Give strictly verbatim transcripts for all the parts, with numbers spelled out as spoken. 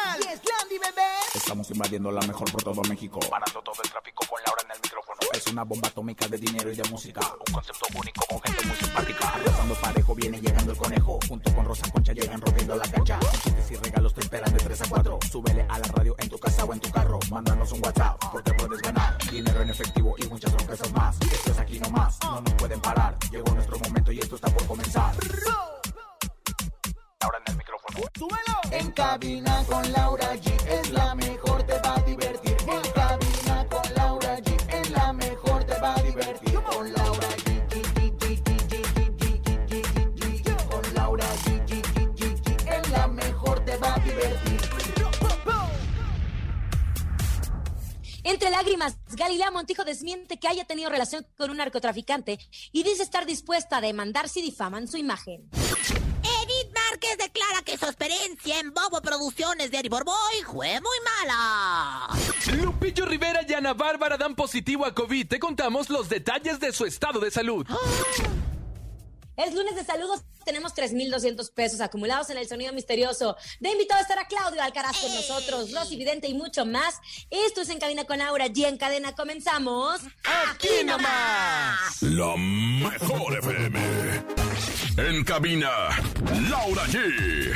carnal. Y es Landy, bebé. Estamos invadiendo la mejor por todo México, parando todo el tráfico con Laura en el micrófono. Es una bomba atómica de dinero y de música, un concepto único con gente muy simpática. Arrasando parejo viene llegando el conejo, junto con Rosa Concha llegan rompiendo la cancha. Con chistes y regalos te esperan de tres a cuatro. Súbele a la radio en tu casa o en tu carro, mándanos un WhatsApp porque puedes ganar dinero en efectivo y muchas sorpresas más. Esto es aquí nomás, no nos pueden parar. Llegó nuestro momento y esto está por comenzar. Laura en el micrófono. ¡Súbelo! En cabina con Laura G es la mejor, te va a divertir. En cabina con Laura G es la mejor, te va a divertir. Con Laura G, G, G, G, G, G, G, G, G, con Laura G, G, G, G, G, es la mejor, te va a divertir. Entre lágrimas, Galilea Montijo desmiente que haya tenido relación con un narcotraficante y dice estar dispuesta a demandar si difaman su imagen. Edith Márquez declara que su experiencia en Bobo Producciones de Ariborboy fue muy mala. Lupillo Rivera y Ana Bárbara dan positivo a COVID. Te contamos los detalles de su estado de salud. Es lunes de saludos, tenemos tres mil doscientos pesos acumulados en el sonido misterioso. De invitado estará Claudio Alcaraz con nosotros, Rosy Vidente y mucho más. Esto es En Cabina con Laura G. En cadena comenzamos. ¡Aquí nomás! La mejor F M. En cabina, Laura G.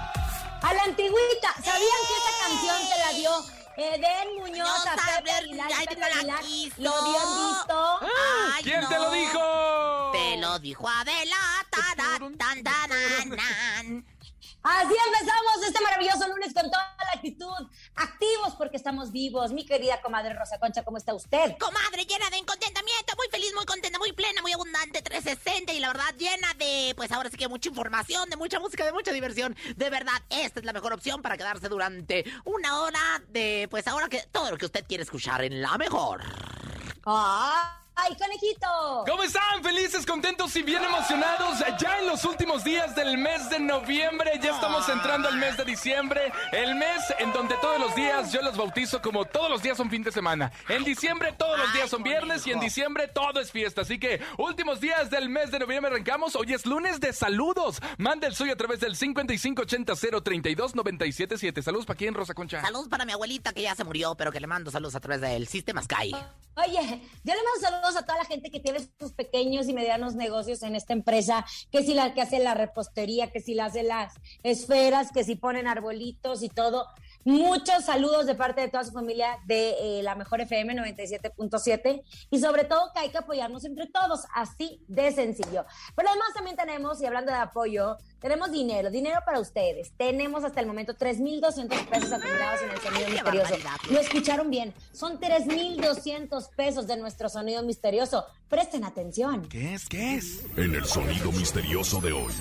A la antigüita, ¿sabían que esta canción se la dio Eden Muñoz a Pepe Aguilar y Pepe Aguilar? ¿Lo habían visto? Ay, ¿Quién no. te lo dijo? Te lo dijo Adela. Tan, tan, tan, tan. Así empezamos este maravilloso lunes con toda la actitud, activos porque estamos vivos. Mi querida comadre Rosa Concha, ¿cómo está usted? Comadre, llena de contentamiento, muy feliz, muy contenta, muy plena, muy abundante, trescientos sesenta y la verdad llena de, pues ahora sí que mucha información, de mucha música, de mucha diversión. De verdad, esta es la mejor opción para quedarse durante una hora de, pues ahora que todo lo que usted quiere escuchar en la mejor. ¡Ah! ¡Ay, conejito! ¿Cómo están? Felices, contentos y bien emocionados. Ya en los últimos días del mes de noviembre, ya estamos entrando al mes de diciembre. El mes en donde todos los días yo los bautizo como todos los días son fin de semana. En diciembre todos los días son viernes y en diciembre todo es fiesta. Así que últimos días del mes de noviembre arrancamos. Hoy es lunes de saludos. Manda el suyo a través del cincuenta y cinco ochenta cero treinta y dos noventa y siete siete. Saludos para quién, Rosa Concha. Saludos para mi abuelita que ya se murió, pero que le mando saludos a través del Sistema Sky. Oye, yo le mando saludos a toda la gente que tiene sus pequeños y medianos negocios en esta empresa, que si la que hace la repostería, que si la hace las esferas, que si ponen arbolitos y todo. Muchos saludos de parte de toda su familia de eh, la mejor F M noventa y siete punto siete y sobre todo que hay que apoyarnos entre todos, así de sencillo. Pero además también tenemos, y hablando de apoyo, tenemos dinero, dinero para ustedes. Tenemos hasta el momento tres mil doscientos pesos acumulados en el sonido Ay, misterioso. barbaridad. Lo escucharon bien, son tres mil doscientos pesos de nuestro sonido misterioso. Presten atención. ¿Qué es? ¿Qué es? En el sonido misterioso de hoy.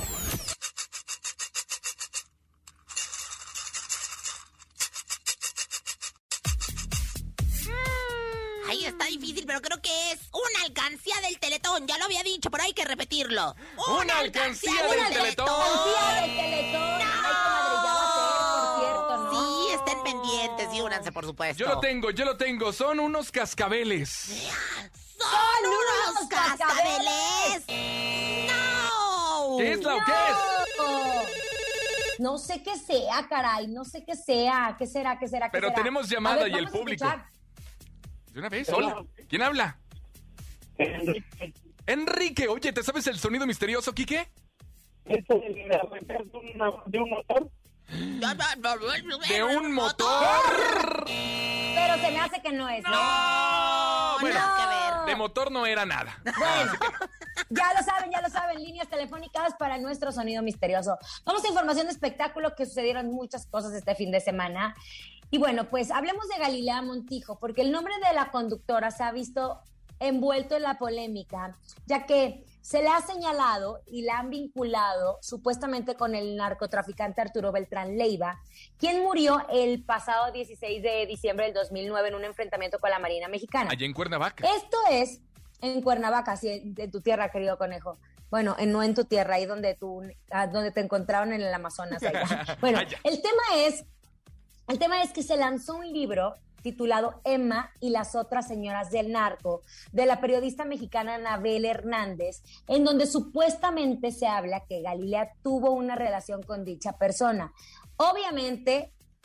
Ahí está difícil, pero creo que es una alcancía del Teletón. Ya lo había dicho, pero hay que repetirlo. ¡Una alcancía del Una Teletón! alcancía del Teletón. Ay, comadre, ya va a ser, por cierto, ¿no? Sí, estén pendientes y únanse, por supuesto. Yo lo tengo, yo lo tengo. Son unos cascabeles. ¡Son unos cascabeles! ¡No! ¿Qué es, Lau? ¿Qué es? No. No sé qué sea, caray, no sé qué sea, qué será, qué será, qué Pero será. tenemos llamada A ver, y el vamos a público. escuchar. ¿De una vez? Hola. ¿Quién habla? Enrique. Enrique. Oye, ¿te sabes el sonido misterioso, Quique? Esto es de arrancar de, una, de un motor. De un motor. Pero se me hace que no es. No, bueno, no. que ver. de motor no era nada. Bueno, ya lo saben, ya lo saben, líneas telefónicas para nuestro sonido misterioso. Vamos a información de espectáculo, que sucedieron muchas cosas este fin de semana. Y bueno, pues hablemos de Galilea Montijo, porque el nombre de la conductora se ha visto envuelto en la polémica, ya que se le ha señalado y la han vinculado supuestamente con el narcotraficante Arturo Beltrán Leiva, quien murió el pasado dieciséis de diciembre del dos mil nueve en un enfrentamiento con la Marina Mexicana. Allá en Cuernavaca. Esto es en Cuernavaca, sí, en tu tierra, querido conejo. Bueno, en, no en tu tierra, ahí donde, tú, ah, donde te encontraron en el Amazonas. Allá. Bueno, Allá. el tema es, el tema es que se lanzó un libro titulado Emma y las otras señoras del narco, de la periodista mexicana Anabel Hernández, en donde supuestamente se habla que Galilea tuvo una relación con dicha persona. Obviamente,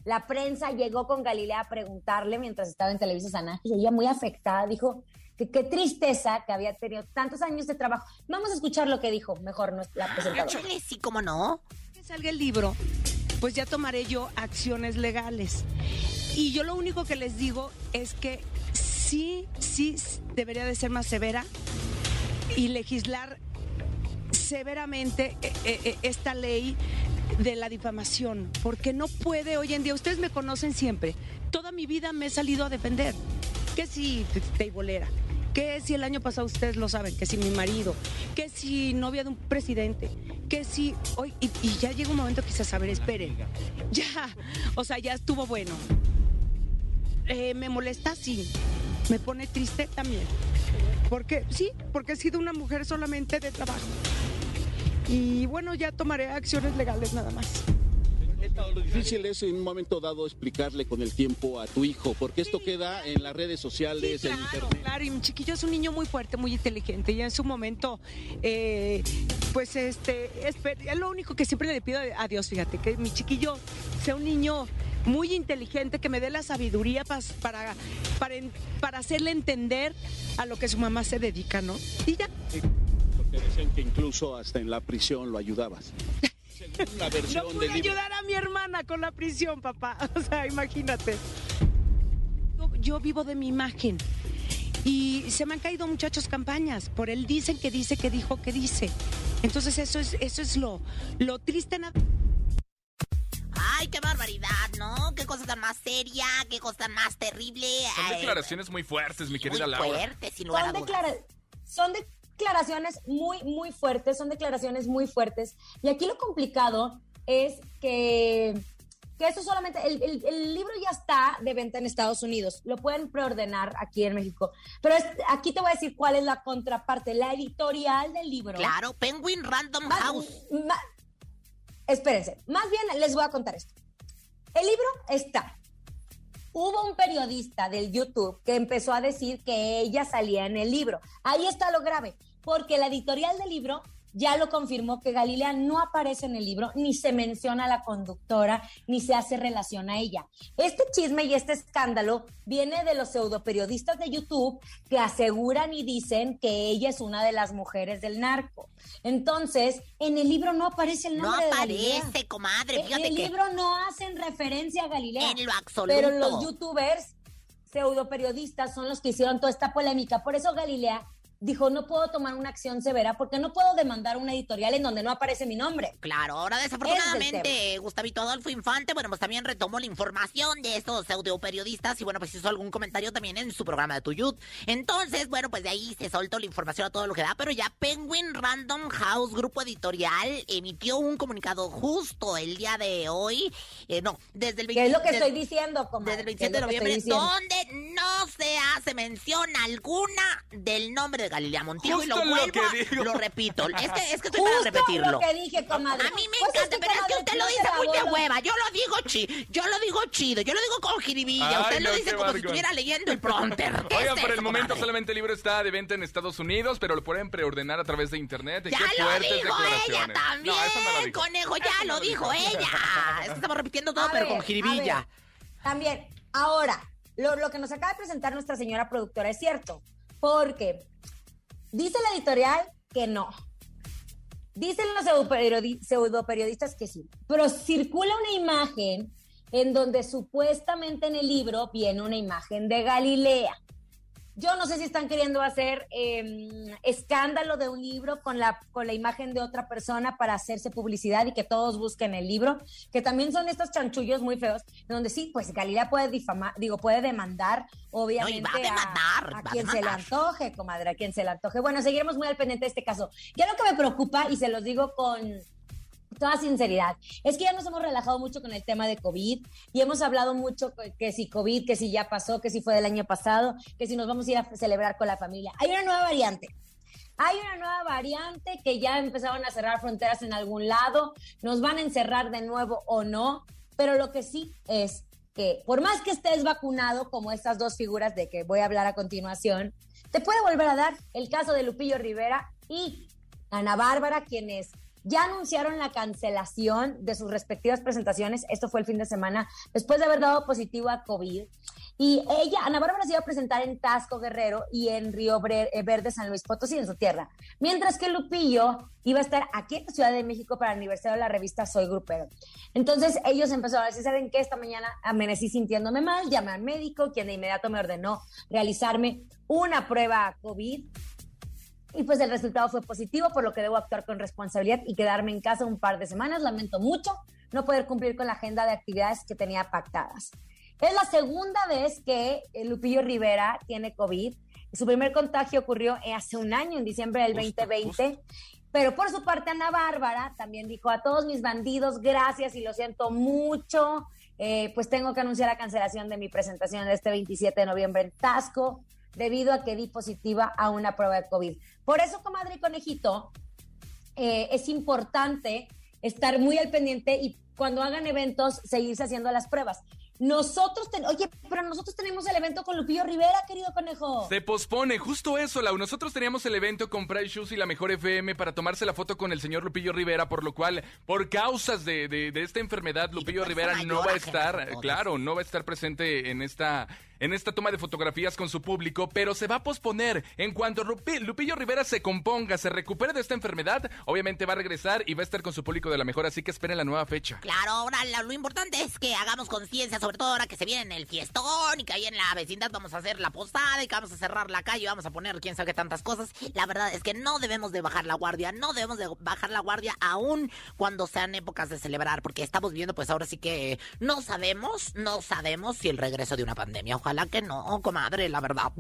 La prensa llegó con Galilea a preguntarle mientras estaba en Televisa San Ángel, y ella muy afectada dijo que qué tristeza que había tenido tantos años de trabajo. Vamos a escuchar lo que dijo mejor la presentadora. Échale, sí, cómo no. Que salga el libro, pues ya tomaré yo acciones legales. Y yo lo único que les digo es que sí, sí debería de ser más severa y legislar severamente eh, eh, esta ley de la difamación, porque no puede hoy en día, ustedes me conocen siempre, toda mi vida me he salido a defender, que si teibolera, que si el año pasado ustedes lo saben, que si mi marido, que si novia de un presidente, que si hoy, y, y ya llega un momento que quizás, a ver, esperen, ya, o sea, ya estuvo bueno. Eh, ¿Me molesta? Sí. ¿Me pone triste? También. Porque, sí, porque he sido una mujer solamente de trabajo. Y bueno, ya tomaré acciones legales nada más. Lo difícil es en un momento dado explicarle con el tiempo a tu hijo, porque esto queda en las redes sociales, sí, en claro, internet. Claro, y mi chiquillo es un niño muy fuerte, muy inteligente, y en su momento, eh, pues este, es, es lo único que siempre le pido a Dios, fíjate, que mi chiquillo sea un niño muy inteligente, que me dé la sabiduría para, para, para, para hacerle entender a lo que su mamá se dedica, ¿no? Y ya. Sí, porque decían que incluso hasta en la prisión lo ayudabas. Una versión no pude del libro. ayudar a mi hermana con la prisión, papá. O sea, imagínate. Yo, yo vivo de mi imagen. Y se me han caído muchachos campañas. Por él dicen que dice, que dijo, que dice. Entonces eso es, eso es lo, lo triste. Ay, qué barbaridad, ¿no? Qué cosa tan más seria, qué cosa tan más terrible. Son Ay, declaraciones muy fuertes, mi querida muy Laura. fuertes, sin lugar a Son, dudas. declara son declaraciones muy, muy fuertes, son declaraciones muy fuertes. Y aquí lo complicado es que, que eso solamente, el, el, el libro ya está de venta en Estados Unidos, lo pueden preordenar aquí en México. Pero es, aquí te voy a decir cuál es la contraparte, la editorial del libro. Claro, Penguin Random Más, House. ma, espérense, más bien les voy a contar esto. El libro está. Hubo un periodista del YouTube que empezó a decir que ella salía en el libro. Ahí está lo grave, porque la editorial del libro ya lo confirmó, que Galilea no aparece en el libro, ni se menciona a la conductora, ni se hace relación a ella. Este chisme y este escándalo viene de los pseudoperiodistas de YouTube que aseguran y dicen que ella es una de las mujeres del narco. Entonces, en el libro no aparece el nombre no de Galilea. No aparece, comadre, fíjate en el que... libro no hacen referencia a Galilea. En lo absoluto. Pero los youtubers pseudoperiodistas son los que hicieron toda esta polémica. Por eso Galilea dijo, no puedo tomar una acción severa porque no puedo demandar una editorial en donde no aparece mi nombre. Claro, ahora desafortunadamente Gustavito Adolfo Infante, bueno, pues también retomó la información de estos pseudoperiodistas y bueno, pues hizo algún comentario también en su programa de Tuyut. Entonces, bueno, pues de ahí se soltó la información a todo lo que da, pero ya Penguin Random House, grupo editorial, emitió un comunicado justo el día de hoy, eh, no, desde el veinte, ¿Qué es lo que desde, estoy diciendo, comadre? Desde el veintisiete de noviembre, donde no se hace mención alguna del nombre de Galilea Montijo. Justo y lo vuelvo lo que digo. a, lo repito, es que, es que estoy Justo para repetirlo. lo que dije, comadre. A mí me Pues encanta, es que, pero es que comadre, usted lo no dice se muy de abona. hueva. Yo lo digo chido, yo lo digo chido, yo lo digo con jiribilla. Ay, Usted no, lo dice qué como barco. si estuviera leyendo el prompter. ¿Qué Oiga, es por el eso, momento comadre? solamente el libro está de venta en Estados Unidos, pero lo pueden preordenar a través de internet. Ya ¡Qué lo fuertes dijo ella declaraciones! también, No, eso no lo dijo. conejo, ya Eso lo no dijo ella. Es que estamos repitiendo todo, A pero ver, con jiribilla. a ver, También, ahora, lo, lo que nos acaba de presentar nuestra señora productora es cierto, porque dice la editorial que no. Dicen los pseudoperiodi- pseudoperiodistas que sí, pero circula una imagen en donde supuestamente en el libro viene una imagen de Galilea. Yo no sé si están queriendo hacer eh, escándalo de un libro con la, con la imagen de otra persona para hacerse publicidad y que todos busquen el libro, que también son estos chanchullos muy feos, donde sí, pues Galilea puede difamar, digo, puede demandar, obviamente, No, y va a demandar, a, a va a quien se le demandar. antoje, comadre, a quien se le antoje. Bueno, seguiremos muy al pendiente de este caso. Ya lo que me preocupa, y se los digo con toda sinceridad, es que ya nos hemos relajado mucho con el tema de COVID y hemos hablado mucho que si COVID, que si ya pasó, que si fue del año pasado, que si nos vamos a ir a celebrar con la familia. Hay una nueva variante. Hay una nueva variante que ya empezaron a cerrar fronteras en algún lado, nos van a encerrar de nuevo o no, pero lo que sí es que por más que estés vacunado, como estas dos figuras de que voy a hablar a continuación, te puede volver a dar el caso de Lupillo Rivera y Ana Bárbara, quienes ya anunciaron la cancelación de sus respectivas presentaciones. Esto fue el fin de semana, después de haber dado positivo a COVID. Y ella, Ana Bárbara, se iba a presentar en Taxco, Guerrero, y en Río Verde, San Luis Potosí, en su tierra. Mientras que Lupillo iba a estar aquí en la Ciudad de México para el aniversario de la revista Soy Grupero. Entonces ellos empezaron a decir, ¿saben qué? Esta mañana amanecí sintiéndome mal, llamé al médico, quien de inmediato me ordenó realizarme una prueba COVID. Y pues el resultado fue positivo, por lo que debo actuar con responsabilidad y quedarme en casa un par de semanas. Lamento mucho no poder cumplir con la agenda de actividades que tenía pactadas. Es la segunda vez que Lupillo Rivera tiene COVID. Su primer contagio ocurrió hace un año, en diciembre del veinte veinte. Pero por su parte, Ana Bárbara también dijo: a todos mis bandidos, gracias y lo siento mucho. Eh, pues tengo que anunciar la cancelación de mi presentación de este veintisiete de noviembre en Taxco, debido a que di positiva a una prueba de COVID. Por eso, comadre y conejito, eh, es importante estar muy al pendiente y cuando hagan eventos, seguirse haciendo las pruebas. Nosotros, ten- oye, pero nosotros tenemos el evento con Lupillo Rivera, querido conejo. Se pospone, justo eso, Lau. Nosotros teníamos el evento con Price Shoes y la Mejor F M para tomarse la foto con el señor Lupillo Rivera, por lo cual, por causas de, de, de esta enfermedad, Lupillo Rivera no va a estar, claro, no va a estar presente en esta... en esta toma de fotografías con su público, pero se va a posponer. En cuanto Lupi- Lupillo Rivera se componga, se recupere de esta enfermedad, obviamente va a regresar y va a estar con su público de la mejor, así que esperen la nueva fecha. Claro, ahora lo, lo importante es que hagamos conciencia, sobre todo ahora que se viene el fiestón y que ahí en la vecindad vamos a hacer la posada y que vamos a cerrar la calle y vamos a poner quién sabe qué tantas cosas. La verdad es que no debemos de bajar la guardia, no debemos de bajar la guardia aún cuando sean épocas de celebrar, porque estamos viviendo pues ahora sí que no sabemos, no sabemos si el regreso de una pandemia. Ojalá que no, comadre, la verdad.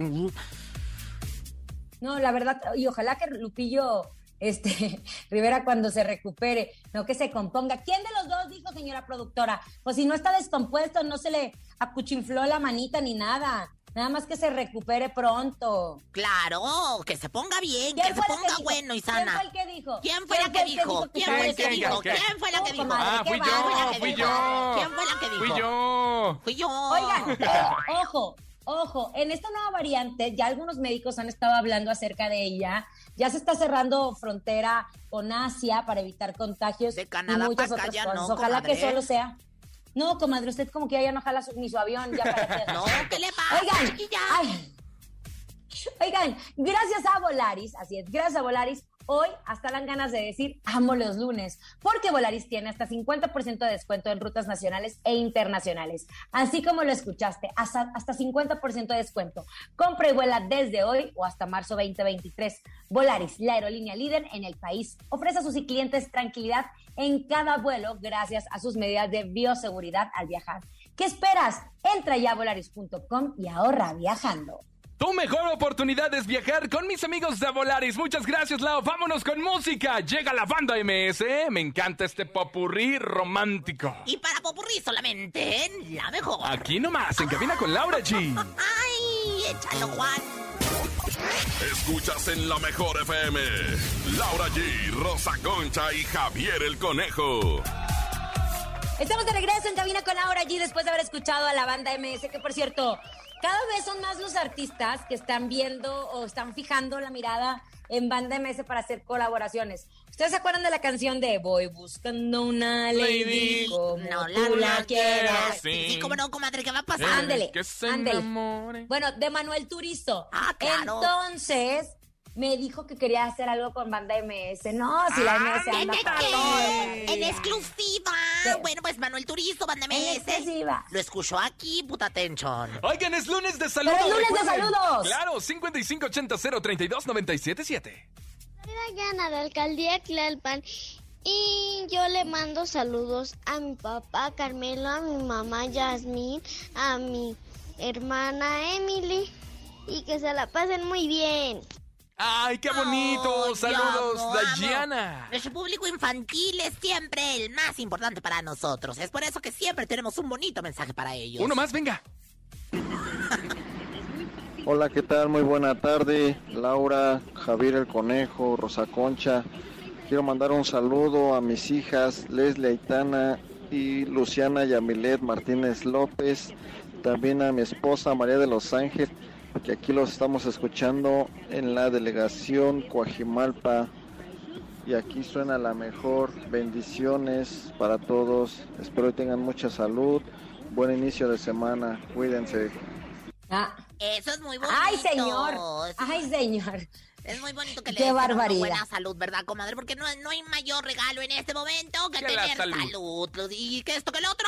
No, la verdad, y ojalá que Lupillo este, Rivera cuando se recupere, no que se componga. ¿Quién de los dos dijo, señora productora? Pues si no está descompuesto, no se le acuchinfló la manita ni nada. Nada más que se recupere pronto. Claro, que se ponga bien, que se ponga bueno y sana. ¿Quién fue el que dijo? ¿Quién fue la que dijo? ¿Quién fue el que dijo? ¿Quién fue la que dijo? Ah, fui yo, fui yo. ¿Quién fue la que dijo? Fui yo. Fui yo. Oigan, pero, ojo, ojo, en esta nueva variante ya algunos médicos han estado hablando acerca de ella. Ya se está cerrando frontera con Asia para evitar contagios de Canadá y muchas para acá otras ya cosas. no, Ojalá comadre. que solo sea. No, comadre, usted como que ya no jala su, ni su avión. Ya para que... No, ¿qué le pasa, Oigan, chiquilla? ay, oigan, gracias a Volaris, así es, gracias a Volaris, hoy hasta dan ganas de decir amo los lunes, porque Volaris tiene hasta cincuenta por ciento de descuento en rutas nacionales e internacionales, así como lo escuchaste, hasta, hasta cincuenta por ciento de descuento. Compra y vuela desde hoy o hasta marzo veinte veintitrés. Volaris, la aerolínea líder en el país, ofrece a sus clientes tranquilidad en cada vuelo gracias a sus medidas de bioseguridad al viajar. ¿Qué esperas? Entra ya a volaris punto com y ahorra viajando. Tu mejor oportunidad es viajar con mis amigos de Volaris. Muchas gracias, Lau. Vámonos con música. Llega la banda M S. Me encanta este popurrí romántico. Y para popurrí solamente en La Mejor. Aquí nomás, en Cabina con Laura G. ¡Ay, échalo, Juan! Escuchas en La Mejor F M. Laura G, Rosa Concha y Javier el Conejo. Estamos de regreso en Cabina con Laura G después de haber escuchado a la banda M S, que por cierto, cada vez son más los artistas que están viendo o están fijando la mirada en banda M S para hacer colaboraciones. ¿Ustedes se acuerdan de la canción de Voy buscando una lady, Lady, como No tú la, la quieras? Sí, sí, cómo no, comadre, ¿qué va a pasar? Ándele, Que se ándele. enamore. Bueno, de Manuel Turizo. Ah, claro. Entonces, me dijo que quería hacer algo con banda M S. No, si la M S ¿De anda qué? para todo. En exclusiva. Sí. Bueno, pues Manuel Turizo, banda M En S. exclusiva. Lo escuchó aquí, puta atención. Oigan, es lunes de saludos. Pero es lunes de recuerden. saludos. Claro, cincuenta y cinco ochenta cero treinta y dos noventa y siete siete. Soy Dayana de Alcaldía Tlalpan y yo le mando saludos a mi papá Carmelo, a mi mamá Yasmín, a mi hermana Emily y que se la pasen muy bien. ¡Ay, qué bonito! Ay, Saludos, amo, amo. Dayana. Nuestro público infantil es siempre el más importante para nosotros. Es por eso que siempre tenemos un bonito mensaje para ellos. Uno más, venga. Hola, ¿qué tal? Muy buena tarde, Laura, Javier el Conejo, Rosa Concha. Quiero mandar un saludo a mis hijas Leslie Aitana y Luciana Yamilet Martínez López. También a mi esposa María de los Ángeles, que aquí los estamos escuchando en la delegación Coajimalpa. y aquí suena la mejor. Bendiciones para todos. Espero que tengan mucha salud. Buen inicio de semana. Cuídense. Ah. Eso es muy bonito. ¡Ay, señor! ¡Ay, señor! Es muy bonito que le ¡Qué den barbaridad! buena salud, ¿verdad, comadre? Porque no, no hay mayor regalo en este momento que Que la tener salud. salud. ¿Y qué esto que el otro?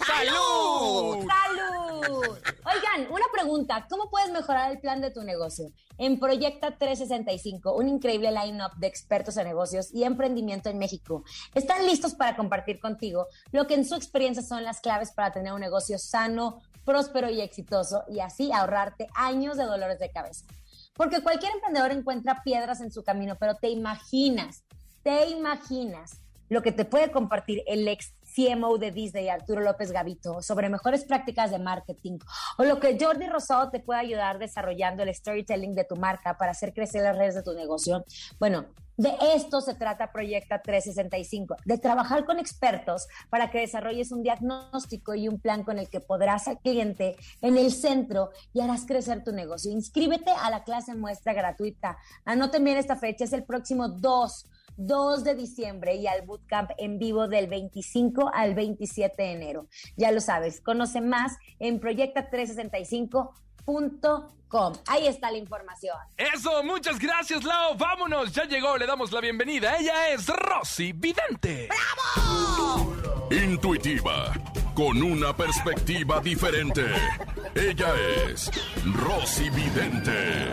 ¡Salud! ¡Salud! Oigan, una pregunta. ¿Cómo puedes mejorar el plan de tu negocio? En Proyecta trescientos sesenta y cinco, un increíble line-up de expertos en negocios y emprendimiento en México, están listos para compartir contigo lo que en su experiencia son las claves para tener un negocio sano, próspero y exitoso, y así ahorrarte años de dolores de cabeza. Porque cualquier emprendedor encuentra piedras en su camino, pero te imaginas, te imaginas lo que te puede compartir el ex C M O de Disney, Arturo López Gavito, sobre mejores prácticas de marketing, o lo que Jordi Rosado te puede ayudar desarrollando el storytelling de tu marca para hacer crecer las redes de tu negocio. Bueno, de esto se trata Proyecta trescientos sesenta y cinco, de trabajar con expertos para que desarrolles un diagnóstico y un plan con el que podrás al cliente en el centro y harás crecer tu negocio. Inscríbete a la clase muestra gratuita. Anoten bien esta fecha, es el próximo dos de diciembre, y al bootcamp en vivo del veinticinco al veintisiete de enero. Ya lo sabes, conoce más en proyecta trescientos sesenta y cinco punto com. Ahí está la información. Eso, muchas gracias, Lau. Vámonos, ya llegó, le damos la bienvenida. Ella es Rosy Vidente. ¡Bravo! Intuitiva, con una perspectiva diferente. Ella es Rosy Vidente.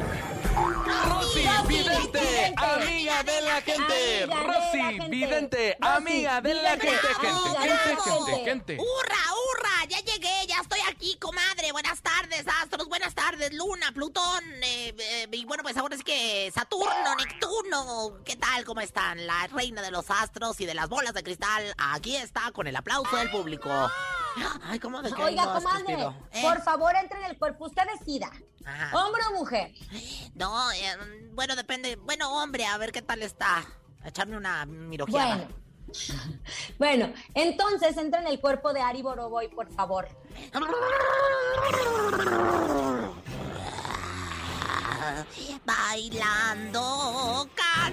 Rosy Vidente, amiga de la gente. Rosy Vidente, amiga de la gente. Gente, gente, gente, gente. ¡Hurra, hurra! Ya llegué, ya estoy aquí, comadre. Buenas tardes, astros. Buenas tardes, Luna, Plutón. Eh, eh, y bueno, pues ahora sí que Saturno, Neptuno. ¿Qué tal? ¿Cómo están? La reina de los astros y de las bolas de cristal. Aquí está con el aplauso del público. Ay, ¿cómo de qué Oiga, no has comadre, vestido? ¿Eh? por favor, entre en el cuerpo. Usted decida. Ajá. ¿Hombre o mujer? No, eh, bueno, depende. Bueno, hombre, a ver qué tal está. Echarme una mirojeada. Bueno. Bueno, entonces entra en el cuerpo de Ari Boroboy, por favor. Bailando,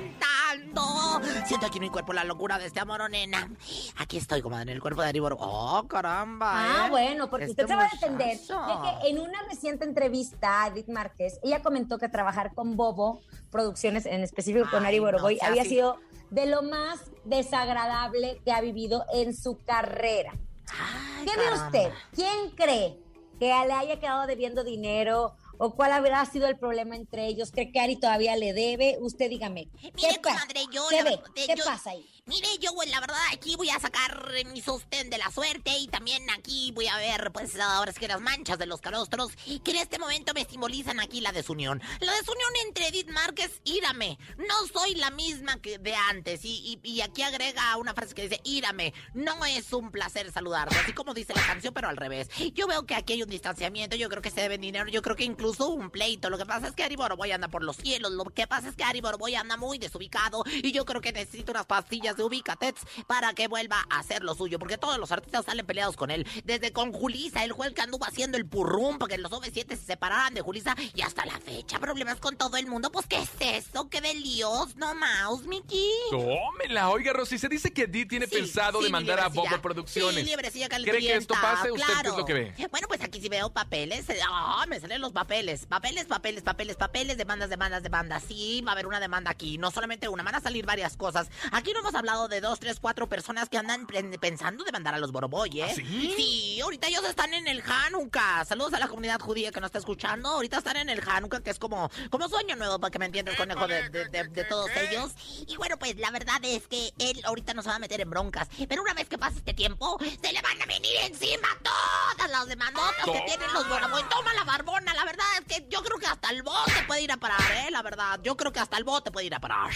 cantando. Siento aquí en mi cuerpo la locura de este amor, nena. Aquí estoy, comadre, en el cuerpo de Ari Boroboy. Oh, caramba. Ah, ¿eh? bueno, porque Este usted se va a muchacho. defender. Ya que en una reciente entrevista a Edith Márquez, ella comentó que trabajar con Bobo Producciones, en específico con Ay, Ari Boroboy, no sea había así. sido de lo más desagradable que ha vivido en su carrera. Ay, ¿Qué ve caramba. usted? ¿Quién cree que le haya quedado debiendo dinero? ¿O cuál habrá sido el problema entre ellos? ¿Cree que Ari todavía le debe? Usted dígame. Mire, ¿Qué pa- comadre, yo... ¿Qué la ve? verdad, ¿Qué yo- pasa ahí? Mire, yo, güey, la verdad, aquí voy a sacar mi sostén de la suerte y también aquí voy a ver, pues, ahora es que las manchas de los calostros que en este momento me simbolizan aquí la desunión. La desunión entre Edith Márquez y Írame. No soy la misma que de antes. Y, y, y aquí agrega una frase que dice, Írame, no es un placer saludarte. Así como dice la canción, pero al revés. Yo veo que aquí hay un distanciamiento, yo creo que se deben dinero, yo creo que incluso un pleito. Lo que pasa es que Ari Boroboy anda por los cielos, lo que pasa es que Ari Boroboy anda muy desubicado y yo creo que necesito unas pastillas de Ubicatets para que vuelva a hacer lo suyo, porque todos los artistas salen peleados con él, desde con Julissa, él fue el que anduvo haciendo el purrum para que los O V siete se separaran de Julissa y hasta la fecha problemas con todo el mundo. Pues, ¿qué es eso? ¿Qué de líos? No más, Miki. Tómela, oiga, Rosy, se dice que Edith tiene Sí, pensado sí, demandar a liebrecilla. Bobo Producciones. Sí, liebrecilla ¿Cree que calenturienta, esto pase? ¿Usted claro. qué es lo que ve? Bueno, pues aquí sí veo papeles. Ah, me salen los papeles. Papeles, papeles, papeles, papeles, demandas, demandas, demandas. Sí, va a haber una demanda aquí. No solamente una, van a salir varias cosas. Aquí no hemos hablado de dos, tres, cuatro personas que andan pre- pensando demandar a los Boroboy, ¿eh? ¿Ah, sí? Sí, ahorita ellos están en el Hanukkah. Saludos a la comunidad judía que nos está escuchando. Ahorita están en el Hanukkah, que es como, como sueño nuevo, para que me entiendas, conejo, de, de, de, de todos ellos. Y bueno, pues la verdad es que él ahorita no se va a meter en broncas. Pero una vez que pase este tiempo, se le van a venir encima todas las demandotas que tienen los Boroboy. Toma la barbona, la verdad es que yo creo que hasta el bote puede ir a parar, ¿eh? La verdad, yo creo que hasta el bote puede ir a parar.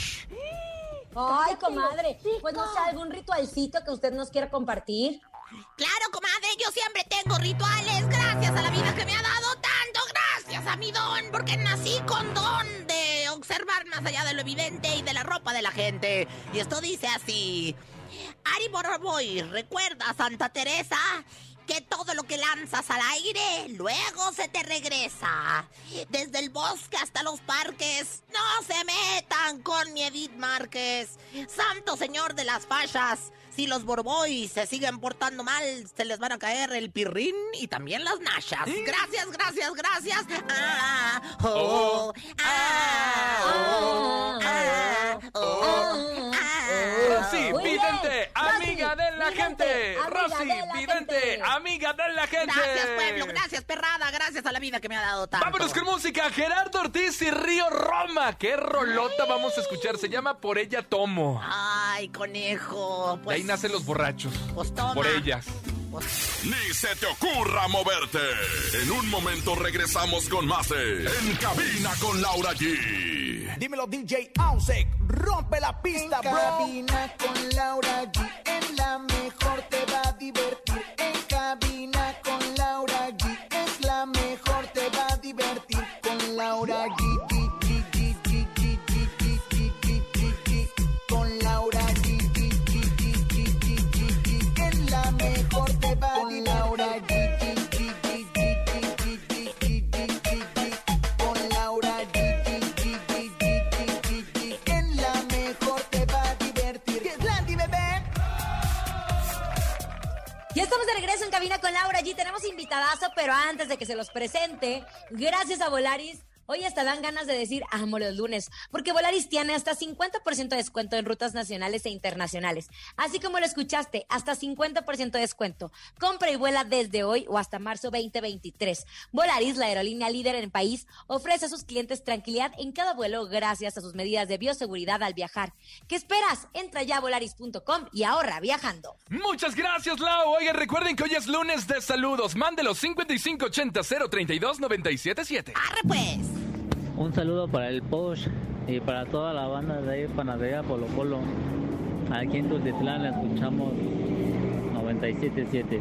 Ay, comadre, pues no sé, algún ritualcito que usted nos quiera compartir. Claro, comadre, yo siempre tengo rituales. Gracias a la vida que me ha dado tanto. Gracias a mi don, porque nací con don de observar más allá de lo evidente y de la ropa de la gente. Y esto dice así: Ari Boroboy, recuerda, Santa Teresa, que todo lo que lanzas al aire luego se te regresa. Desde el bosque hasta los parques, no se metan con mi Edith Márquez. Santo Señor de las Fallas, si los Boroboy se siguen portando mal, se les van a caer el pirrín y también las nachas. Gracias, gracias, gracias. Ah, oh, ah, oh, ah, oh, ah. Rosy Vidente, amiga de la gente. Rosy Vidente, amiga de la gente. Gracias, pueblo, gracias, perrada, gracias a la vida que me ha dado tanto. Vámonos con música. Gerardo Ortiz y Río Roma. Qué rolota vamos a escuchar. Se llama Por ella tomo. Ay, conejo. Pues, de ahí nacen los borrachos. Pues toma. Por ellas. Pues... Ni se te ocurra moverte. En un momento regresamos con más de En Cabina con Laura G. Dímelo, D J Ausek. Rompe la pista, en bro. En Cabina con Laura G. En la mejor te va a divertir. En Cabina con Laura G. Es la mejor, te va a divertir. Con Laura G. Con Laura G. En la mejor te va a divertir. Con Laura G. Con Laura G. En la mejor te va a divertir. ¿Qué es Landy, bebé? Ya estamos de regreso en Cabina con Laura G. Tenemos invitadazo, pero antes de que se los presente, gracias a Volaris, hoy hasta dan ganas de decir amo los lunes, porque Volaris tiene hasta cincuenta por ciento de descuento en rutas nacionales e internacionales. Así como lo escuchaste, hasta cincuenta por ciento de descuento. Compra y vuela desde hoy o hasta marzo veinte veintitrés. Volaris, la aerolínea líder en el país, ofrece a sus clientes tranquilidad en cada vuelo gracias a sus medidas de bioseguridad al viajar. ¿Qué esperas? Entra ya a volaris punto com y ahorra viajando. Muchas gracias, Lau. Oigan, recuerden que hoy es lunes de saludos. Mándelos cincuenta y cinco ochenta cero treinta y dos noventa y siete siete. ¡Arre pues! Un saludo para el Posh y para toda la banda de ahí, Panadería Polo Polo. Aquí en Tultitlán la escuchamos noventa y siete siete.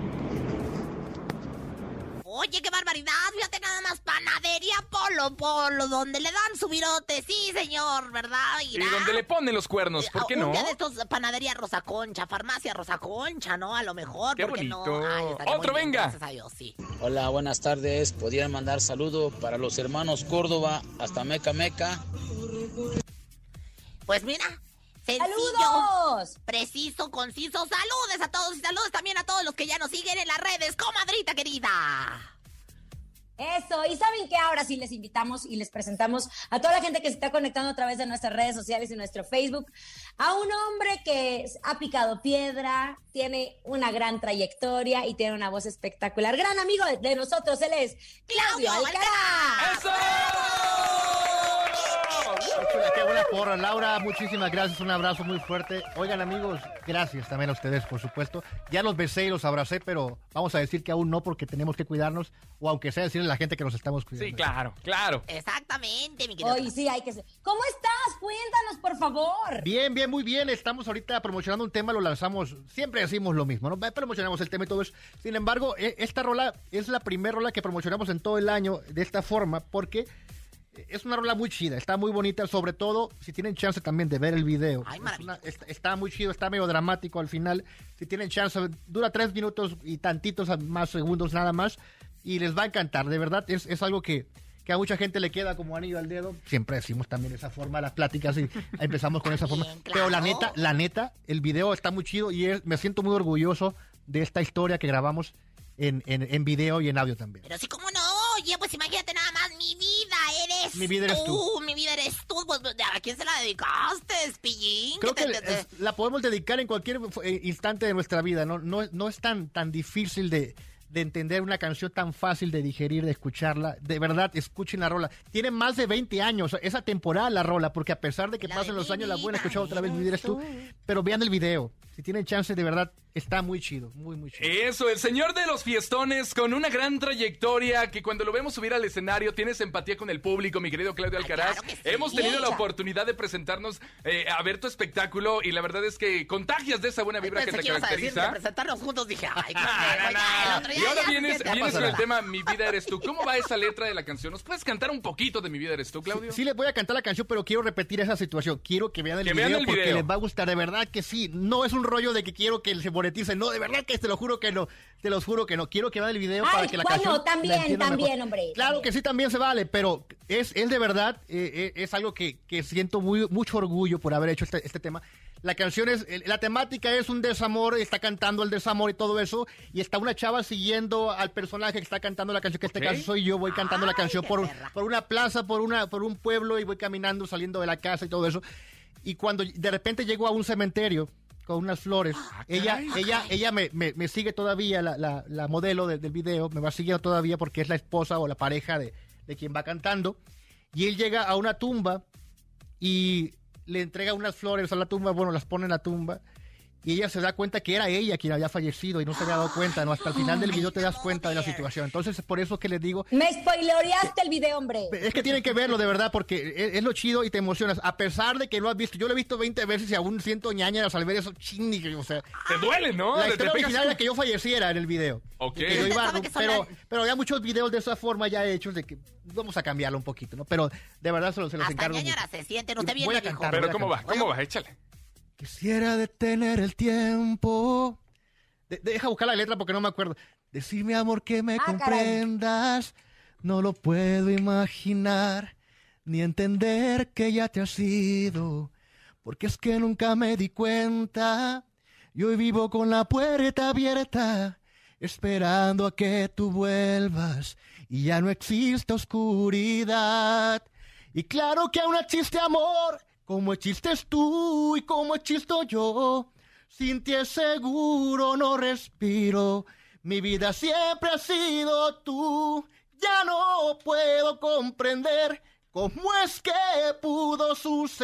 Oye, qué barbaridad, fíjate nada más, Panadería Polo Polo, donde le dan su virote, sí, señor, ¿verdad? Irá. Y donde le ponen los cuernos, ¿por qué un no? Un día de estos, Panadería Rosa Concha, Farmacia Rosa Concha, ¿no? A lo mejor, qué ¿por qué bonito. no? Ay, ¡otro bien, venga! Gracias a Dios, sí. Hola, buenas tardes, podrían mandar saludo para los hermanos Córdoba hasta Meca Meca. Pues mira... Sencillo, ¡saludos! Preciso, conciso. Saludes a todos y saludos también a todos los que ya nos siguen en las redes, comadrita querida. Eso, y saben que ahora sí les invitamos y les presentamos a toda la gente que se está conectando a través de nuestras redes sociales y nuestro Facebook, a un hombre que ha picado piedra, tiene una gran trayectoria y tiene una voz espectacular. Gran amigo de nosotros, él es Claudio, Claudio Alcaraz. ¡Eso! Qué buena porra, Laura, muchísimas gracias, un abrazo muy fuerte. Oigan, amigos, gracias también a ustedes, por supuesto. Ya los besé y los abracé, pero vamos a decir que aún no, porque tenemos que cuidarnos, o aunque sea decirle a la gente que nos estamos cuidando. Sí, claro, claro. Exactamente, mi querido. Hoy sí hay que ser. ¿Cómo estás? Cuéntanos, por favor. Bien, bien, muy bien. Estamos ahorita promocionando un tema, lo lanzamos, siempre decimos lo mismo, ¿no? Promocionamos el tema y todo eso. Sin embargo, esta rola es la primera rola que promocionamos en todo el año de esta forma, porque... es una rola muy chida, está muy bonita, sobre todo si tienen chance también de ver el video. Ay, es una, está, está muy chido, está medio dramático al final. Si tienen chance, dura tres minutos y tantitos más segundos nada más, y les va a encantar, de verdad, es, es algo que, que a mucha gente le queda como anillo al dedo. Siempre decimos también esa forma, las pláticas, y empezamos con esa forma. Bien, claro. Pero la neta, la neta, el video está muy chido y es, me siento muy orgulloso de esta historia que grabamos en, en, en video y en audio también. Pero sí, cómo no, oye, pues imagínate nada más, mi vida eres Mi vida eres tú. Mi vida eres tú, pues ¿a quién se la dedicaste, Pillín? Creo que te, te, te... Es, la podemos dedicar en cualquier instante de nuestra vida, ¿no? No, no es tan, tan difícil de, de entender una canción, tan fácil de digerir, de escucharla. De verdad, escuchen la rola. Tiene más de veinte años, esa temporada la rola, porque a pesar de que la pasen de los años, la pueden escuchar otra vez, Mi vida eres tú. Pero vean el video. Si tienen chance, de verdad, está muy chido, muy, muy chido. Eso, el señor de los fiestones, con una gran trayectoria, que cuando lo vemos subir al escenario, tienes empatía con el público, mi querido Claudio Alcaraz. Ay, claro que sí. Hemos tenido la oportunidad de presentarnos eh, a ver tu espectáculo, y la verdad es que contagias de esa buena vibra. Ay, que te que caracteriza. A decir, de presentarnos juntos, dije, ay, no, no, no. el otro día Y ahora ya, vienes, ya, ya, vienes ya, con el ya. tema Mi vida eres tú. ¿Cómo va esa letra de la canción? ¿Nos puedes cantar un poquito de Mi vida eres tú, Claudio? Sí, sí les voy a cantar la canción, pero quiero repetir esa situación. Quiero que vean el, Que video, vean el porque video. les va a gustar. De verdad que sí. No es un rollo de que quiero que se monetice. No, de verdad que te lo juro que no. Te los juro que no. Quiero que vean el video Ay, para que la bueno, canción también, la entiendan también, mejor. hombre, Claro también. que sí, también se vale, pero es, es de verdad, eh, eh, es algo que, que siento muy, mucho orgullo por haber hecho este, este tema. La canción es, eh, la temática es un desamor, está cantando el desamor y todo eso, y está una chava siguiendo al personaje que está cantando la canción, que en este Ok. caso soy yo, voy cantando la canción por, por una plaza, por una, por un pueblo, y voy caminando, saliendo de la casa y todo eso. Y cuando de repente llego a un cementerio con unas flores, ella, ella, ella me, me, me sigue todavía, la, la, la modelo de- del video, me va siguiendo todavía porque es la esposa o la pareja de, de quien va cantando. Y él llega a una tumba y le entrega unas flores a la tumba, bueno, las pone en la tumba. Y ella se da cuenta que era ella quien había fallecido y no se había dado cuenta, ¿no? Hasta el final del video te das cuenta de la situación. Entonces, es por eso que les digo, Me spoileaste el video, hombre. es que tienen que verlo de verdad porque es, es lo chido y te emocionas. A pesar de que lo has visto, yo lo he visto veinte veces y aún siento ñañaras al ver eso, ching, o sea. Te duele, ¿no? La Te- te historia pegas- original era que yo falleciera en el video. Ok. Que yo iba- Sabe que son pero, las- pero había muchos videos de esa forma ya hechos de que vamos a cambiarlo un poquito, ¿no? Pero de verdad se los, se los Hasta encargo. ñañara mucho. se sienten. Usted Voy viene, a viejo. cantar. Pero voy a ¿cómo va? cantar. ¿Cómo va? Échale. Quisiera detener el tiempo. De- deja buscar la letra porque no me acuerdo. Decirme, amor, que me Ah, caray. comprendas. No lo puedo imaginar. Ni entender que ya te has ido. Porque es que nunca me di cuenta. Y hoy vivo con la puerta abierta. Esperando a que tú vuelvas. Y ya no existe oscuridad. Y claro que aún existe amor. Como existes tú y como existo yo. Sin ti es seguro no respiro. Mi vida siempre ha sido tú. Ya no puedo comprender cómo es que pudo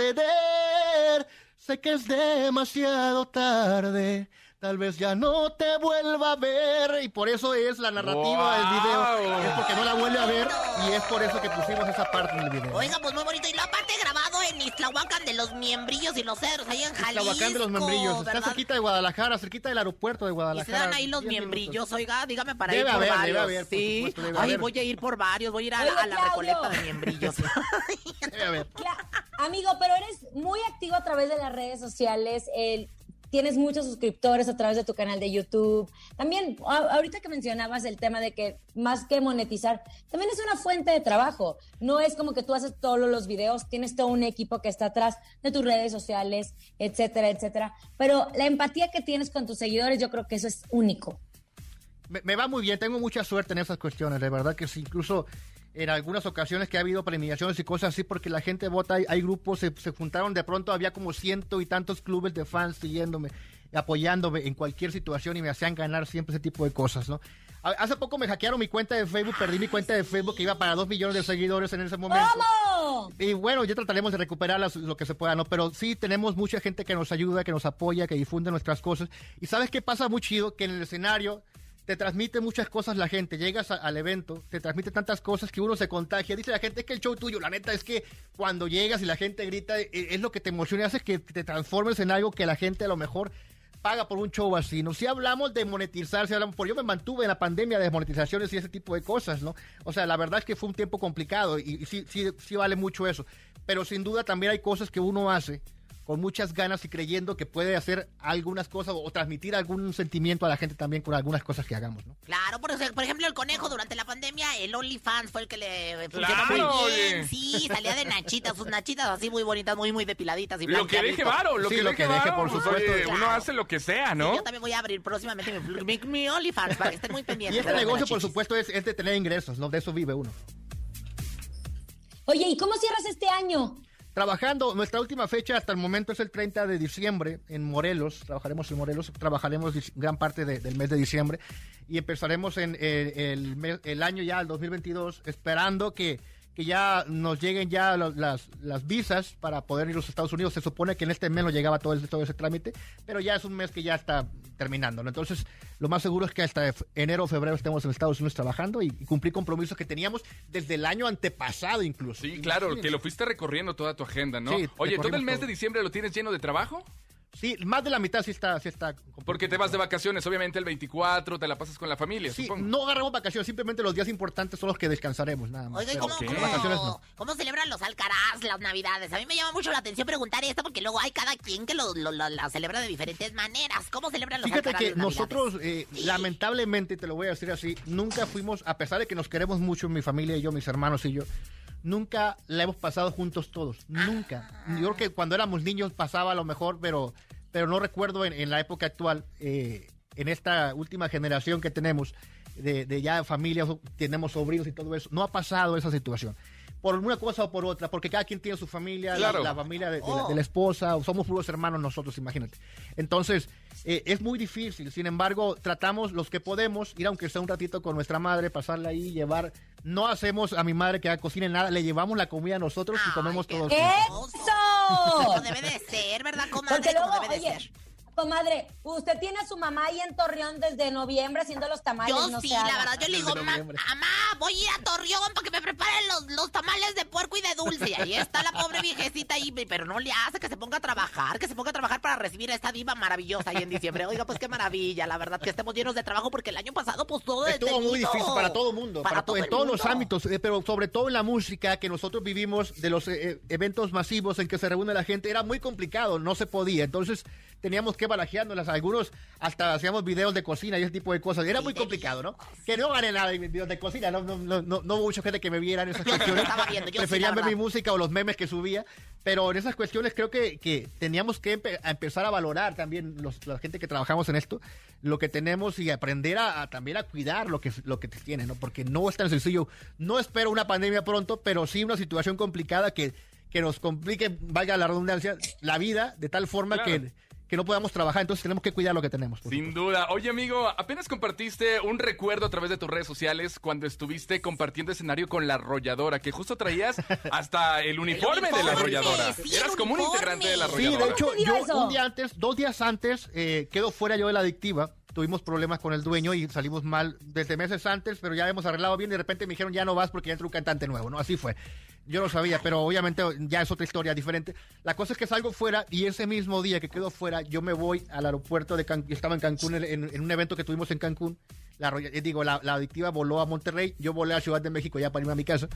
suceder. Sé que es demasiado tarde. Tal vez ya no te vuelva a ver. Y por eso es la narrativa del video. Es porque no la vuelve a ver. Y es por eso que pusimos esa parte en el video. Oiga, pues muy bonito. Y la parte grabado en Ixtlahuacán de los Miembrillos y los Cedros, ahí en Jalisco. Ixtlahuacán de los Membrillos. Está ¿verdad? cerquita de Guadalajara, cerquita del aeropuerto de Y se Guadalajara. dan ahí los diez miembrillos, minutos. oiga, dígame para Debe ir por haber, debe varios. haber, por sí. supuesto, debe Ay, haber. voy a ir por varios, voy a ir a, Oye, a la Claudio. Recoleta de miembrillos. Debe haber. Cla- Amigo, pero eres muy activo a través de las redes sociales. el- Tienes muchos suscriptores a través de tu canal de YouTube. También, a- ahorita que mencionabas el tema de que más que monetizar, también es una fuente de trabajo. No es como que tú haces todos los videos, tienes todo un equipo que está atrás de tus redes sociales, etcétera, etcétera. Pero la empatía que tienes con tus seguidores, yo creo que eso es único. Me, me va muy bien, tengo mucha suerte en esas cuestiones, de verdad que sí, incluso en algunas ocasiones que ha habido premiaciones y cosas así, porque la gente vota, hay, hay grupos, se, se juntaron de pronto, había como ciento y tantos clubes de fans siguiéndome, apoyándome en cualquier situación y me hacían ganar siempre ese tipo de cosas, ¿no? A- Hace poco me hackearon mi cuenta de Facebook, perdí mi cuenta de Facebook que iba para dos millones de seguidores en ese momento. ¿Cómo? Y bueno, ya trataremos de recuperar las- lo que se pueda, ¿no? Pero sí tenemos mucha gente que nos ayuda, que nos apoya, que difunde nuestras cosas. Y ¿sabes qué pasa muy chido? Que en el escenario te transmite muchas cosas la gente. Llegas a- al evento, te transmite tantas cosas que uno se contagia. Dice la gente, es que el show tuyo, la neta, es que cuando llegas y la gente grita, e- es lo que te emociona, hace que te transformes en algo que la gente a lo mejor paga por un show así, ¿no? Si hablamos de monetizar, si hablamos, por yo me mantuve en la pandemia de monetizaciones y ese tipo de cosas, ¿no? O sea, la verdad es que fue un tiempo complicado y, y sí, sí, sí vale mucho eso. Pero sin duda también hay cosas que uno hace con muchas ganas y creyendo que puede hacer algunas cosas o transmitir algún sentimiento a la gente también con algunas cosas que hagamos, ¿no? Claro, por, eso- por ejemplo, el conejo durante la pandemia, el OnlyFans fue el que le funcionó Claro, muy bien. oye. Sí, salía de nachitas, sus nachitas así muy bonitas, muy, muy depiladitas y Lo que deje blanqueaditos. varo, lo Sí, que lo deje que deje, varo. por Pues, supuesto. oye, uno Claro. hace lo que sea, Sí, ¿no? yo también voy a abrir próximamente mi, mi, mi OnlyFans para que estén muy Y pendientes. este de las negocio, por nachitas. supuesto, es, es de tener ingresos, ¿no? De eso vive uno. Oye, ¿y cómo cierras este año? Trabajando, nuestra última fecha hasta el momento es el treinta de diciembre en Morelos, trabajaremos en Morelos, trabajaremos dis- gran parte de- del mes de diciembre y empezaremos en eh, el, mes- el año ya, el dos mil veintidós, esperando que, que ya nos lleguen ya lo- las, las visas para poder ir a los Estados Unidos. Se supone que en este mes nos llegaba todo, ese- todo ese trámite, pero ya es un mes que ya está terminando, ¿no? Entonces, lo más seguro es que hasta f- enero o febrero estemos en Estados Unidos trabajando y, y cumplir compromisos que teníamos desde el año antepasado incluso. Sí, claro, que lo fuiste recorriendo toda tu agenda, ¿no? Sí, Oye, ¿todo el recorrimos mes todo. de diciembre lo tienes lleno de trabajo? Sí, más de la mitad sí está, sí está. Porque te vas de vacaciones, obviamente el veinticuatro, te la pasas con la familia, Sí, supongo. no agarramos vacaciones, simplemente los días importantes son los que descansaremos, nada más. Oiga, ¿y Pero cómo, ¿qué? cómo- vacaciones no. cómo celebran los Alcaraz las Navidades? A mí me llama mucho la atención preguntar esto porque luego hay cada quien que lo, lo- lo- la celebra de diferentes maneras. ¿Cómo celebran los Fíjate Alcaraz que las Navidades? nosotros, eh, lamentablemente, te lo voy a decir así, nunca fuimos, a pesar de que nos queremos mucho, mi familia y yo, mis hermanos y yo, nunca la hemos pasado juntos todos, nunca. Yo creo que cuando éramos niños pasaba a lo mejor, pero, pero no recuerdo en, en la época actual, eh, en esta última generación que tenemos, de, de ya familias, tenemos sobrinos y todo eso, no ha pasado esa situación. Por una cosa o por otra, porque cada quien tiene su familia, la- Claro. la, familia de, de la, de la esposa, o somos puros hermanos nosotros, imagínate. Entonces, eh, es muy difícil. Sin embargo, tratamos los que podemos ir, aunque sea un ratito con nuestra madre, pasarla ahí, llevar. No hacemos a mi madre que cocine nada, le llevamos la comida a nosotros y comemos todos juntos. Como ¡Eso! debe de ser, ¿verdad, Porque comadre? luego, Como debe de oye, ser. comadre, usted tiene a su mamá ahí en Torreón desde noviembre haciendo los tamales. Yo no sí, se haga. la verdad, yo le digo, Desde "Ma- noviembre. mamá, voy a ir a Torreón para que me preparen los, los tamales de puerco y de dulce. Y ahí está la pobre viejecita ahí, pero no le hace que se ponga a trabajar, que se ponga a trabajar para recibir a esta diva maravillosa ahí en diciembre. Oiga, pues qué maravilla, la verdad, que estemos llenos de trabajo porque el año pasado, pues todo Estuvo muy detenido. difícil para todo el mundo, Para para to- todo en el todos los mundo. ámbitos, eh, pero sobre todo en la música que nosotros vivimos, de los eh, eh, eventos masivos en que se reúne la gente, era muy complicado, no se podía. Entonces teníamos que barajeándolas. Algunos hasta hacíamos videos de cocina y ese tipo de cosas. Era muy complicado, ¿no? Que no gané nada en videos de cocina, no, no, no, no, no hubo mucha gente que me viera en esas Yo sí lo cuestiones. estaba viendo, yo sí, Preferían la ver mi verdad. música o los memes que subía, pero en esas cuestiones creo que, que teníamos que empe- a empezar a valorar también los- la gente que trabajamos en esto, lo que tenemos y aprender a, a también a cuidar lo que, lo que te tiene, ¿no? Porque no es tan sencillo. No espero una pandemia pronto, pero sí una situación complicada que, que nos complique, valga la redundancia, la vida de tal forma Claro. que, que no podamos trabajar. Entonces tenemos que cuidar lo que tenemos. por Sin duda. Oye, amigo, apenas compartiste un recuerdo a través de tus redes sociales cuando estuviste compartiendo escenario con La Arrolladora, que justo traías hasta el uniforme, de La uniforme, Arrolladora. sí, Eras el como un uniforme. integrante de La Sí, Arrolladora. de hecho, ¿Cómo se dio yo eso? un día antes, dos días antes, eh, quedo fuera yo de la adictiva. Tuvimos problemas con el dueño y salimos mal desde meses antes, pero ya hemos arreglado bien. De repente me dijeron, ya no vas porque ya entró un cantante nuevo, ¿no? Así fue. Yo lo sabía, pero obviamente ya es otra historia diferente. La cosa es que salgo fuera y ese mismo día que quedo fuera, yo me voy al aeropuerto de Cancún. Yo estaba en Cancún en, en- en un evento que tuvimos en Cancún. La, Arroya- eh, digo, la, la adictiva voló a Monterrey, yo volé a Ciudad de México ya para irme a mi casa.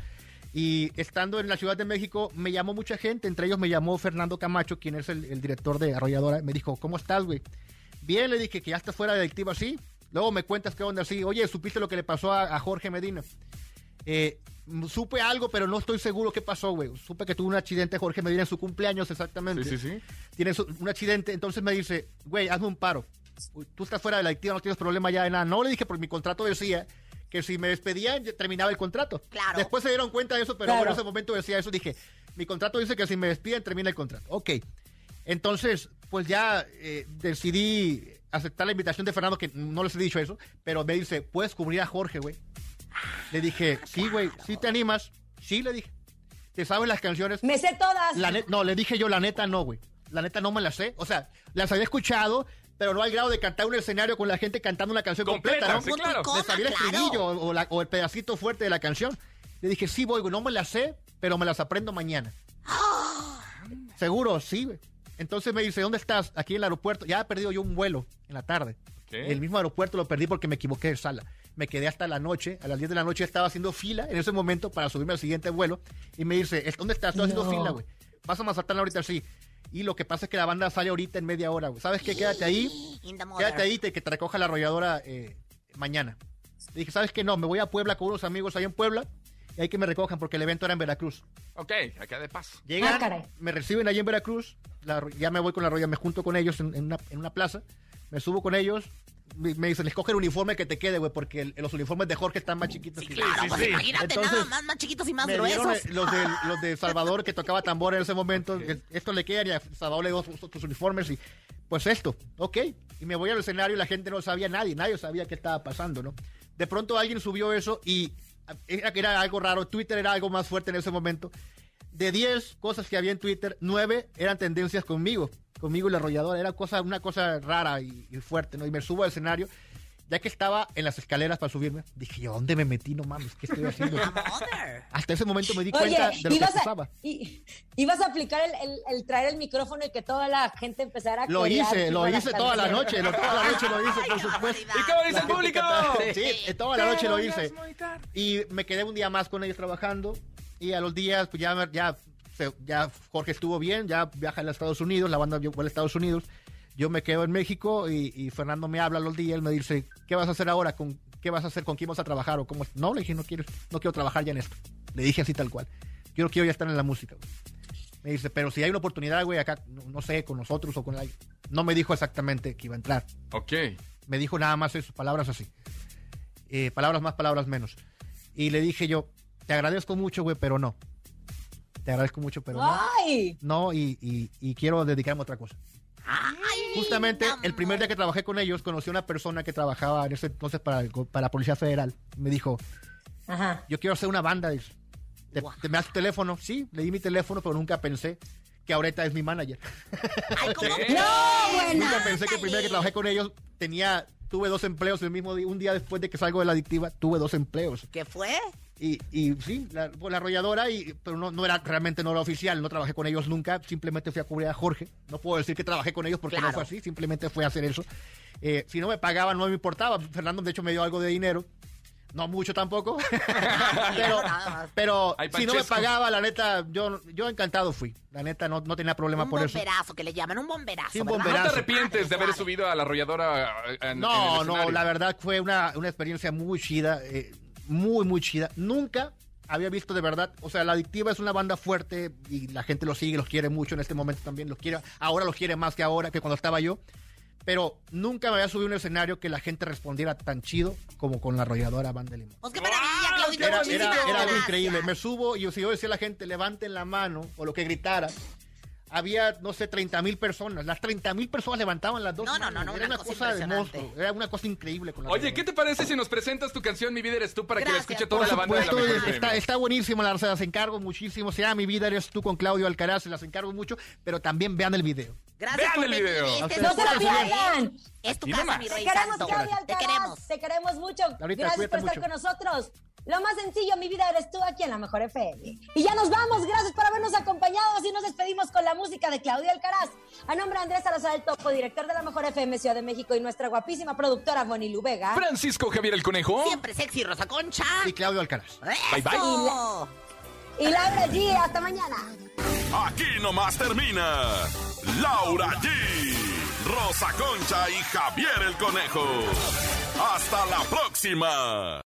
Y estando en la Ciudad de México, me llamó mucha gente, entre ellos me llamó Fernando Camacho, quien es el, el director de Arrolladora. Me dijo, ¿cómo estás, güey? Bien, le dije que ya estás fuera de adictiva, sí. Luego me cuentas qué onda, sí. Oye, ¿supiste lo que le pasó a, a Jorge Medina? Eh, m- supe algo, pero no estoy seguro qué pasó, güey. Supe que tuvo un accidente Jorge Medina en su cumpleaños, exactamente. Sí, sí, sí. Tiene su- un accidente, entonces me dice, güey, hazme un paro. Uy, tú estás fuera de la adictiva, no tienes problema ya de nada. No, le dije, porque mi contrato decía que si me despedían, ya terminaba el contrato. Claro. Después se dieron cuenta de eso, pero Claro. bueno, en ese momento decía eso. Dije, mi contrato dice que si me despiden, termina el contrato. Ok. Entonces, pues ya eh, decidí aceptar la invitación de Fernando, que no les he dicho eso, pero me dice, ¿puedes cubrir a Jorge, güey? Le dije, sí, güey, ¿sí te animas? Sí, le dije. ¿Te sabes las canciones? Me sé todas. La net- no, le dije yo, la neta no, güey. La neta no me las sé. O sea, las había escuchado, pero no al grado de cantar un escenario con la gente cantando una canción Completa, completa, ¿no? sí, claro. Me sabía el Claro. estribillo o, o la- o el pedacito fuerte de la canción. Le dije, sí, voy, güey, no me las sé, pero me las aprendo mañana. Seguro, sí, güey. Entonces me dice, ¿dónde estás? Aquí en el aeropuerto. Ya he perdido yo un vuelo en la tarde. ¿Qué? El mismo aeropuerto lo perdí porque me equivoqué de sala. Me quedé hasta la noche. A las diez de la noche estaba haciendo fila en ese momento para subirme al siguiente vuelo. Y me dice, ¿dónde estás? Estoy haciendo No. fila, güey. Vas a Mazatlán ahorita, sí. Y lo que pasa es que la banda sale ahorita en media hora, güey. ¿Sabes qué? Quédate ahí. In the mother. Quédate ahí, te, que te recoja la arrolladora eh, mañana. Le dije, ¿sabes qué? No, me voy a Puebla con unos amigos ahí en Puebla. Y hay que me recojan porque el evento era en Veracruz. Ok, acá de paso. Llegan, Ah, caray. me reciben allí en Veracruz, la- ya me voy con la roya, me junto con ellos en, en una, en una plaza, me subo con ellos, me, me dicen, escoge el uniforme que te quede, güey, porque el- los uniformes de Jorge están más chiquitos. que- Claro, sí, pues sí. imagínate, Entonces, nada más, más chiquitos y más me dieron gruesos. eh, los de, los de Salvador que tocaba tambor en ese momento, que esto le quedan y a Salvador le dio sus, sus uniformes y pues esto, ok. Y me voy al escenario y la gente no sabía, nadie, nadie sabía qué estaba pasando, ¿no? De pronto alguien subió eso y era, era algo raro, Twitter era algo más fuerte en ese momento. De diez cosas que había en Twitter, nueve eran tendencias conmigo, conmigo y la arrolladora, era cosa, una cosa rara y, y fuerte, ¿no? Y me subo al escenario. Ya que estaba en las escaleras para subirme, dije, ¿yo dónde me metí? No mames, ¿qué estoy haciendo? Hasta ese momento me di cuenta Oye, de lo que ibas a, pasaba. y, ibas a aplicar el, el, el traer el micrófono y que toda la gente empezara a Lo corear hice, lo las hice toda la canciones. noche, lo, toda la noche lo hice, por supuesto. ¿Y cómo dice el público? Sí, toda la noche lo hice. Y me quedé un día más con ellos trabajando y a los días, pues ya, ya, ya Jorge estuvo bien, ya viaja a los Estados Unidos, la banda fue a los Estados Unidos. Yo me quedo en México y, y Fernando me habla los días, él me dice, ¿qué vas a hacer ahora? ¿Con, ¿Qué vas a hacer? ¿Con quién vas a trabajar? O cómo? No, le dije, no quiero, no quiero trabajar ya en esto. Le dije así tal cual. Yo no quiero ya estar en la música, güey. Me dice, pero si hay una oportunidad, güey, acá, no, no sé, con nosotros o con la... No me dijo exactamente que iba a entrar. Ok. Me dijo nada más eso, palabras así. Eh, palabras más, palabras menos. Y le dije yo, te agradezco mucho, güey, pero no. Te agradezco mucho, pero no. ¡Ay! No, y, y, y quiero dedicarme a otra cosa. Ay, Justamente no, el primer día que trabajé con ellos, conocí a una persona que trabajaba en ese entonces para, para la Policía Federal. Me dijo, Ajá. yo quiero hacer una banda. Dice, ¿Te, te me das tu teléfono? Sí, le di mi teléfono, pero nunca pensé que ahorita es mi manager. Ay, ¿cómo? ¿Qué? ¡No, bueno! Nunca pensé que el primer día que trabajé con ellos tenía, tuve dos empleos el mismo día. Un día después de que salgo de la adictiva, tuve dos empleos. ¿Qué fue? Y, y sí, la, pues, la arrolladora, y, pero no, no era realmente no era oficial, no trabajé con ellos nunca, simplemente fui a cubrir a Jorge. No puedo decir que trabajé con ellos porque Claro. no fue así, simplemente fue a hacer eso. Eh, si no me pagaban, no me importaba. Fernando, de hecho, me dio algo de dinero. No mucho tampoco. pero pero Hay si no me panchesco. pagaba, la neta, yo, yo encantado fui. La neta, no, no tenía problema Un por eso. bomberazo, que le llaman un bomberazo, Sí, un ¿verdad? ¿No te bomberazo. arrepientes de haber subido a la arrolladora en, en No, el no, escenario? la verdad fue una, una experiencia muy chida, eh, muy, muy chida. Nunca había visto de verdad, o sea, La Adictiva es una banda fuerte y la gente los sigue, los quiere mucho en este momento también, los quiere, ahora los quiere más que ahora, que cuando estaba yo. Pero nunca me había subido a un escenario que la gente respondiera tan chido como con la arrolladora Banda de Limón. Pues qué maravilla, Claudito. Era, muchísimas era, era algo gracias. increíble. Me subo y si yo decía a la gente, levanten la mano, o lo que gritara, había, no sé, treinta mil personas. Las treinta mil personas levantaban las dos No, no, manos. no, no, Era una una cosa cosa de impresionante. monstruo. Era una cosa increíble con la Oye, ¿qué te parece si nos presentas tu canción Mi Vida Eres Tú para que la Gracias. escuche toda Por la banda de la supuesto, mejor está, F M? está buenísima, la, se las encargo muchísimo. Se llama Mi Vida Eres Tú con Claudio Alcaraz, se las encargo mucho, pero también vean el video. Gracias Vean por el venir. video. Este A es ustedes, tu ¡No se la casa, pierdan! ¿eh? Es tu Y casa, mamá. mi Te rey queremos, santo. Claudia Te Alcaraz. queremos. Te queremos mucho. Laurita, Gracias por cuídate estar mucho. con nosotros. Lo más sencillo, Mi Vida Eres Tú, aquí en La Mejor F M. Y ya nos vamos. Gracias por habernos acompañado. Así nos despedimos con la música de Claudia Alcaraz. A nombre de Andrés Salazar el Topo, director de La Mejor F M Ciudad de México, y nuestra guapísima productora Bonnie Lubega. Francisco Javier el Conejo. Siempre sexy, Rosa Concha. Y Claudio Alcaraz. Bye, bye. Eso. Y Laura G. Hasta mañana. Aquí nomás termina Laura G, Rosa Concha y Javier el Conejo. Hasta la próxima.